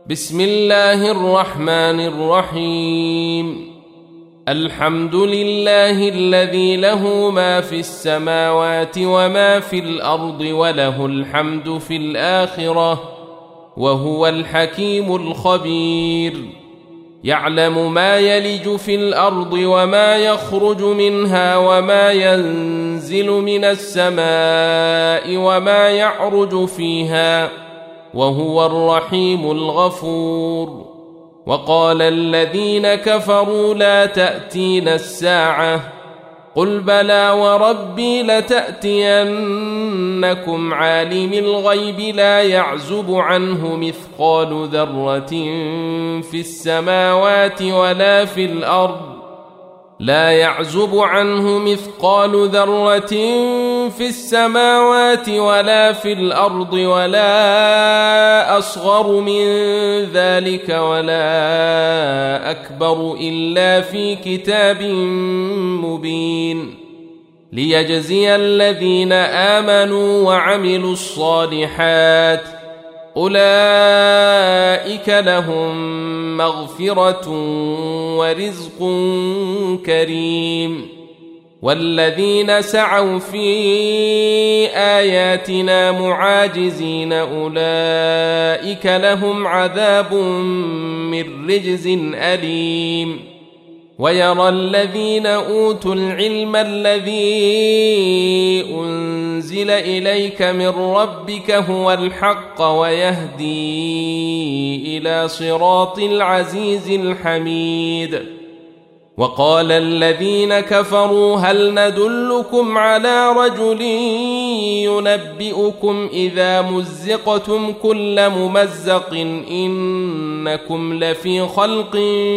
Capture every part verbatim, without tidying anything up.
بسم الله الرحمن الرحيم. الحمد لله الذي له ما في السماوات وما في الأرض وله الحمد في الآخرة وهو الحكيم الخبير. يعلم ما يلج في الأرض وما يخرج منها وما ينزل من السماء وما يعرج فيها وهو الرحيم الغفور. وقال الذين كفروا لا تأتينا الساعة قل بلى وربي لتأتينكم عالم الغيب لا يعزب عنه مثقال ذرة في السماوات ولا في الأرض لا يعزب عنه مثقال ذرة في السماوات ولا في الأرض ولا أصغر من ذلك ولا أكبر إلا في كتاب مبين ليجزي الذين آمنوا وعملوا الصالحات أولئك لهم مغفرة ورزق كريم. والذين سعوا في آياتنا معاجزين أولئك لهم عذاب من رجز أليم. ويرى الذين أوتوا العلم الذي أنزل إليك من ربك هو الحق ويهدي إلى صراط العزيز الحميد. وقال الذين كفروا هل ندلكم على رجل ينبئكم إذا مزقتم كل ممزق إنكم لفي خلق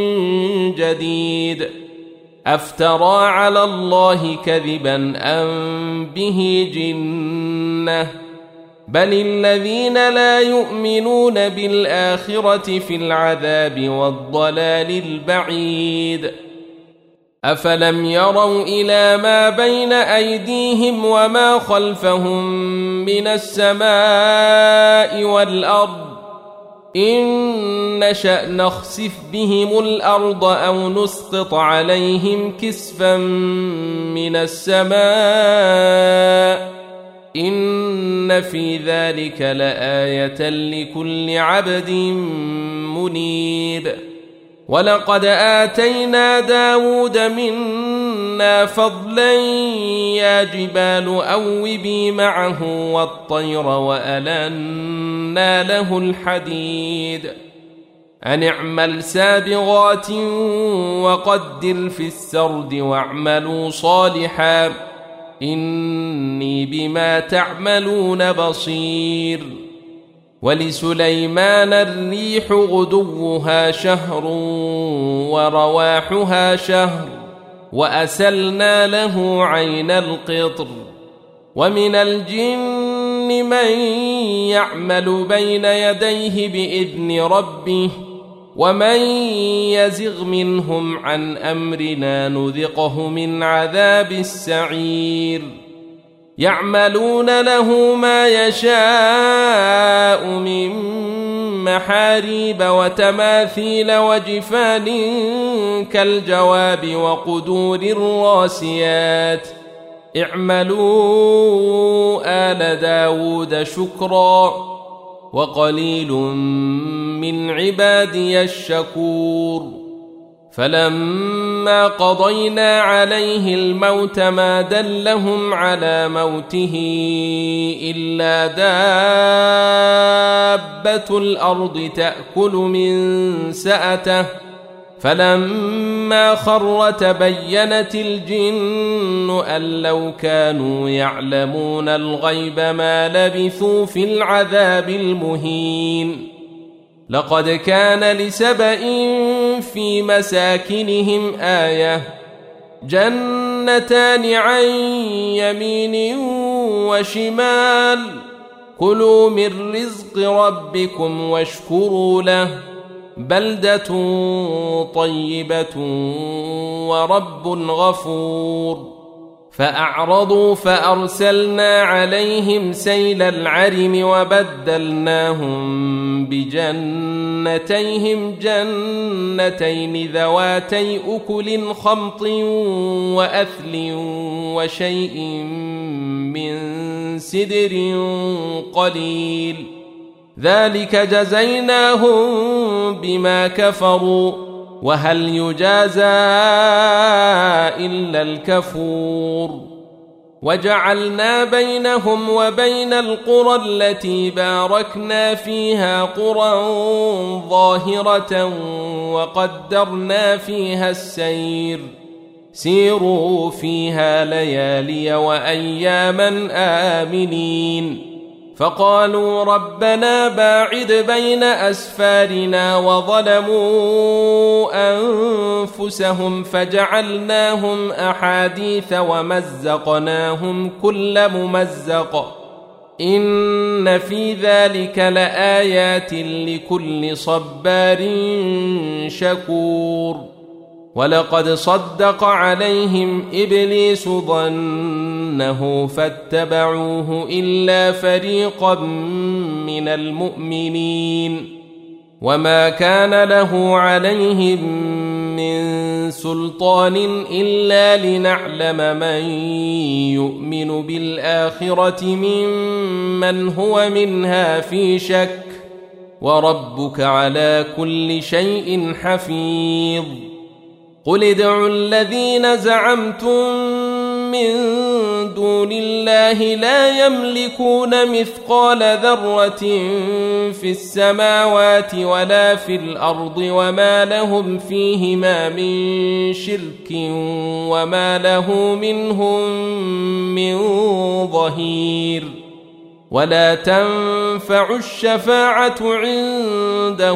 جديد أفترى على الله كذبا أم به جنة بل الذين لا يؤمنون بالآخرة في العذاب والضلال البعيد. أفلم يروا إلى ما بين أيديهم وما خلفهم من السماء والأرض إن نشأ نخسف بهم الأرض أو نسقط عليهم كسفا من السماء إن في ذلك لآية لكل عبد منيب. ولقد آتينا داود منا فضلا يا جبال أوبي معه والطير وألنا له الحديد أن اعمل سابغات وقدر في السرد واعملوا صالحا إني بما تعملون بصير. ولسليمان الريح غدوها شهر ورواحها شهر وأسلنا له عين القطر. ومن الجن من يعمل بين يديه بإذن ربه ومن يزغ منهم عن أمرنا نذقه من عذاب السعير. يعملون له ما يشاء من محاريب وتماثيل وجفان كالجواب وقدور الراسيات اعملوا آل داود شكرا وقليل من عبادي الشكور. فلما قضينا عليه الموت ما دلهم على موته إلا دابة الأرض تأكل من سأته فلما خر تبينت الجن أن لو كانوا يعلمون الغيب ما لبثوا في العذاب المهين. لقد كان لسبإ في مساكنهم آية جنتان عن يمين وشمال كلوا من رزق ربكم واشكروا له بلدة طيبة ورب غفور. فأعرضوا فأرسلنا عليهم سيل العرم وبدلناهم بجنتيهم جنتين ذواتي أكل خمط وأثل وشيء من سدر قليل ذلك جزيناهم بما كفروا وهل يجازى إلا الكفور وجعلنا بينهم وبين القرى التي باركنا فيها قرى ظاهرة وقدرنا فيها السير سيروا فيها ليالي وأياما آمنين فقالوا ربنا باعد بين أسفارنا وظلموا أنفسهم فجعلناهم أحاديث ومزقناهم كل ممزق إن في ذلك لآيات لكل صبار شكور ولقد صدق عليهم إبليس ظنه فاتبعوه إلا فريقا من المؤمنين وما كان له عليهم من سلطان إلا لنعلم من يؤمن بالآخرة ممن هو منها في شك وربك على كل شيء حفيظ قل ادعوا الذين زعمتم من دون الله لا يملكون مثقال ذرة في السماوات ولا في الأرض وما لهم فيهما من شرك وما له منهم من ظهير ولا تنفع الشفاعة عنده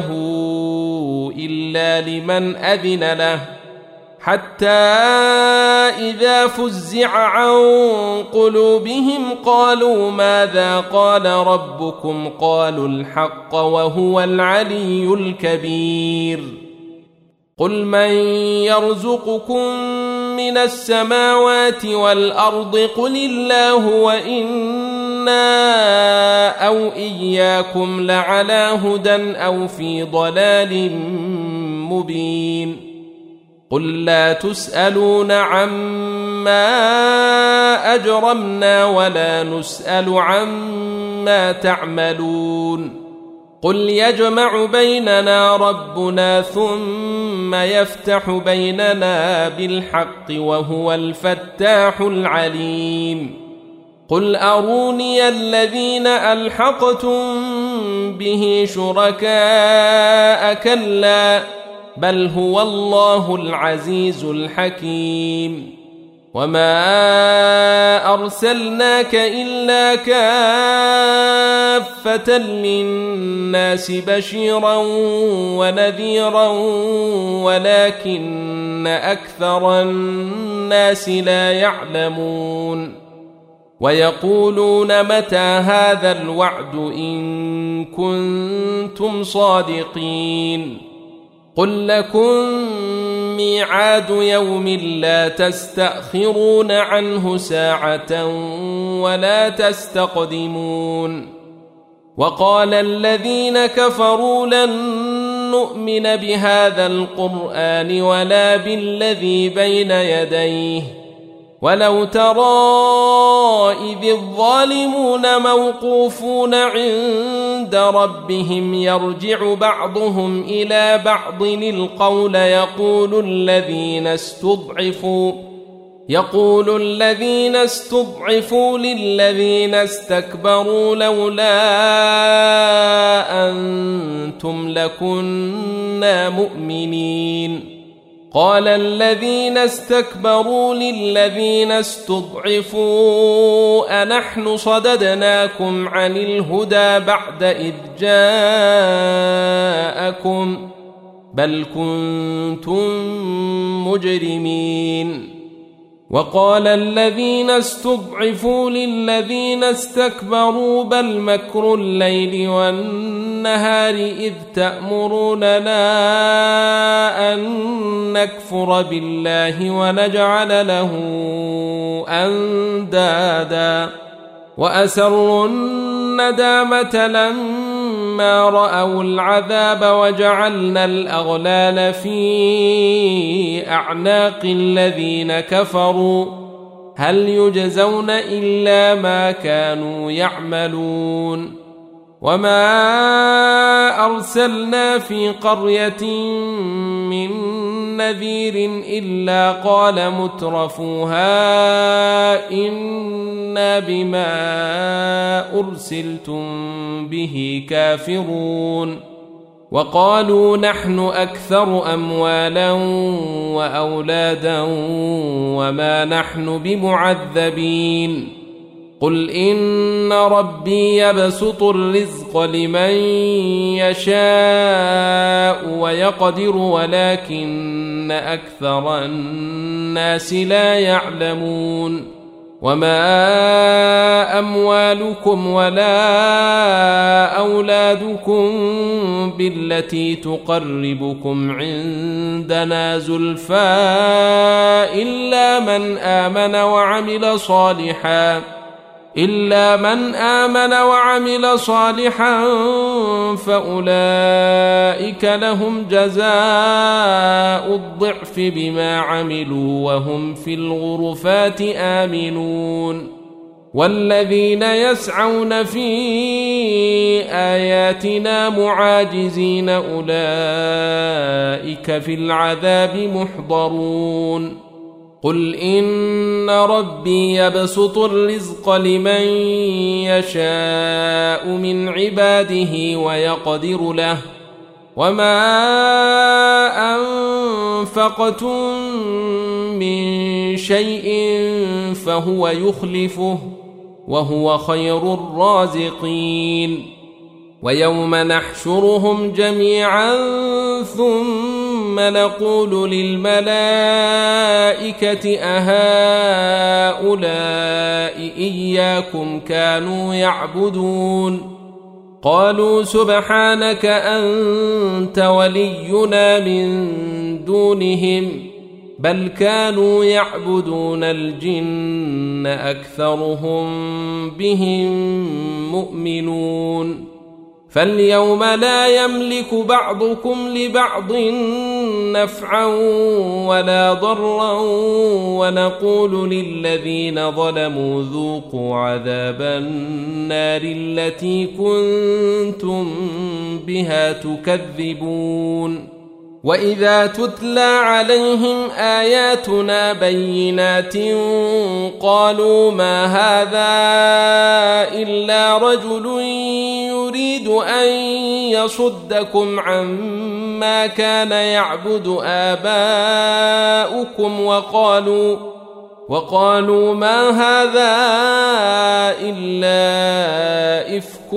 إلا لمن أذن له حتى إذا فزع عن قلوبهم قالوا ماذا قال ربكم قالوا الحق وهو العلي الكبير قل من يرزقكم من السماوات والأرض قل الله وإنا أو إياكم لعلى هدى أو في ضلال مبين قل لا تسألون عما أجرمنا ولا نسأل عما تعملون قل يجمع بيننا ربنا ثم يفتح بيننا بالحق وهو الفتاح العليم قل أروني الذين ألحقتم به شركاء كلا بل هو الله العزيز الحكيم وما أرسلناك إلا كافة للناس بشيرا ونذيرا ولكن أكثر الناس لا يعلمون ويقولون متى هذا الوعد إن كنتم صادقين قل لكم ميعاد يوم لا تستأخرون عنه ساعة ولا تستقدمون وقال الذين كفروا لن نؤمن بهذا القرآن ولا بالذي بين يديه ولو ترى إذ الظالمون موقوفون عند ربهم يرجع بعضهم إلى بعض القول يقول الذين استضعفوا يقول الذين استضعفوا للذين استكبروا لولا أنتم لكنا مؤمنين قال الذين استكبروا للذين استضعفوا أنحن صددناكم عن الهدى بعد إذ جاءكم بل كنتم مجرمين وقال الذين استضعفوا للذين استكبروا بل مكر الليل والنهار إذ تأمروننا أن نكفر بالله ونجعل له أندادا وأسروا الندامة لما رأوا العذاب وجعلنا الأغلال في أعناق الذين كفروا هل يجزون إلا ما كانوا يعملون وما أرسلنا في قرية من نذير إلا قال مترفوها إنا بما أرسلتم به كافرون وقالوا نحن أكثر أموالا وأولادا وما نحن بمعذبين قل إن ربي يبسط الرزق لمن يشاء ويقدر ولكن أكثر الناس لا يعلمون وما أموالكم ولا أولادكم بالتي تقربكم عندنا زلفى إلا من آمن وعمل صالحا إلا من آمن وعمل صالحا فأولئك لهم جزاء الضعف بما عملوا وهم في الغرفات آمنون والذين يسعون في آياتنا معاجزين أولئك في العذاب محضرون قل إن ربي يبسط الرزق لمن يشاء من عباده ويقدر له وما أنفقتم من شيء فهو يخلفه وهو خير الرازقين ويوم نحشرهم جميعا ثم نقول للملائكة أهؤلاء إياكم كانوا يعبدون قالوا سبحانك أنت ولينا من دونهم بل كانوا يعبدون الجن أكثرهم بهم مؤمنون فاليوم لا يملك بعضكم لبعض نفعا ولا ضرا ونقول للذين ظلموا ذوقوا عذاب النار التي كنتم بها تكذبون وإذا تتلى عليهم آياتنا بينات قالوا ما هذا إلا رجل يريد أن يصدكم عما كان يعبد آباؤكم وقالوا وقالوا ما هذا إلا إفك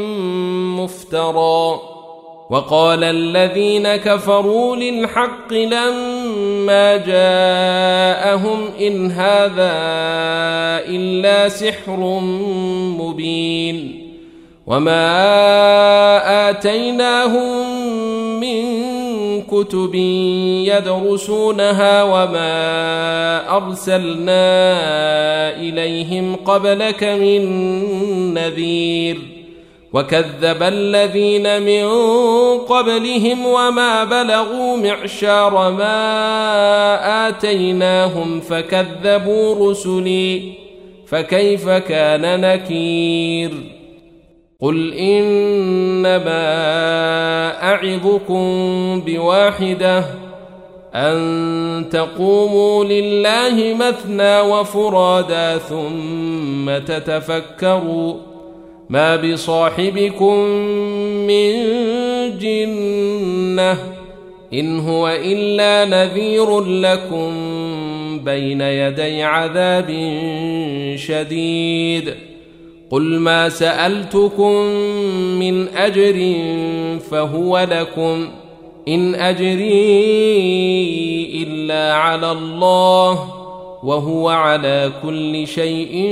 مفترى وقال الذين كفروا للحق لما جاءهم إن هذا إلا سحر مبين وما آتيناهم من كتب يدرسونها وما أرسلنا إليهم قبلك من نذير وكذب الذين من قبلهم وما بلغوا معشار ما آتيناهم فكذبوا رسلي فكيف كان نكير قل إنما أعظكم بواحدة أن تقوموا لله مثنى وفرادا ثم تتفكروا ما بصاحبكم من جنة إن هو إلا نذير لكم بين يدي عذاب شديد قل ما سألتكم من أجر فهو لكم إن أجري إلا على الله وهو على كل شيء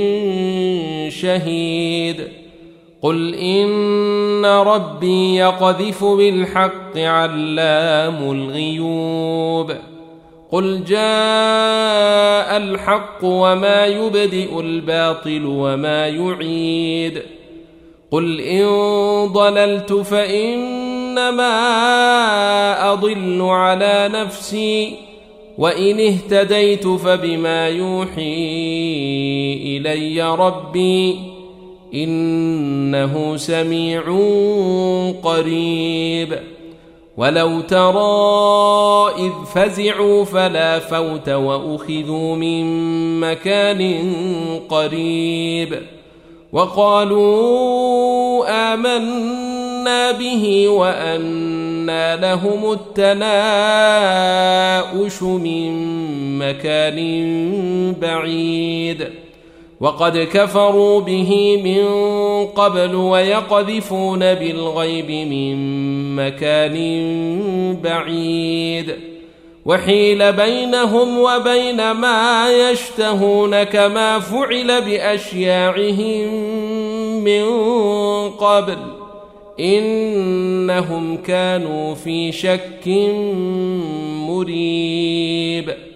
شهيد قل إن ربي يقذف بالحق علام الغيوب قل جاء الحق وما يبدئ الباطل وما يعيد قل إن ضللت فإنما أضل على نفسي وإن اهتديت فبما يوحي إلي ربي إنه سميع قريب ولو ترى إذ فزعوا فلا فوت وأخذوا من مكان قريب وقالوا آمنا به وأنى لهم التناؤش من مكان بعيد وقد كفروا به من قبل ويقذفون بالغيب من مكان بعيد وحيل بينهم وبين ما يشتهون كما فعل بأشياعهم من قبل إنهم كانوا في شك مريب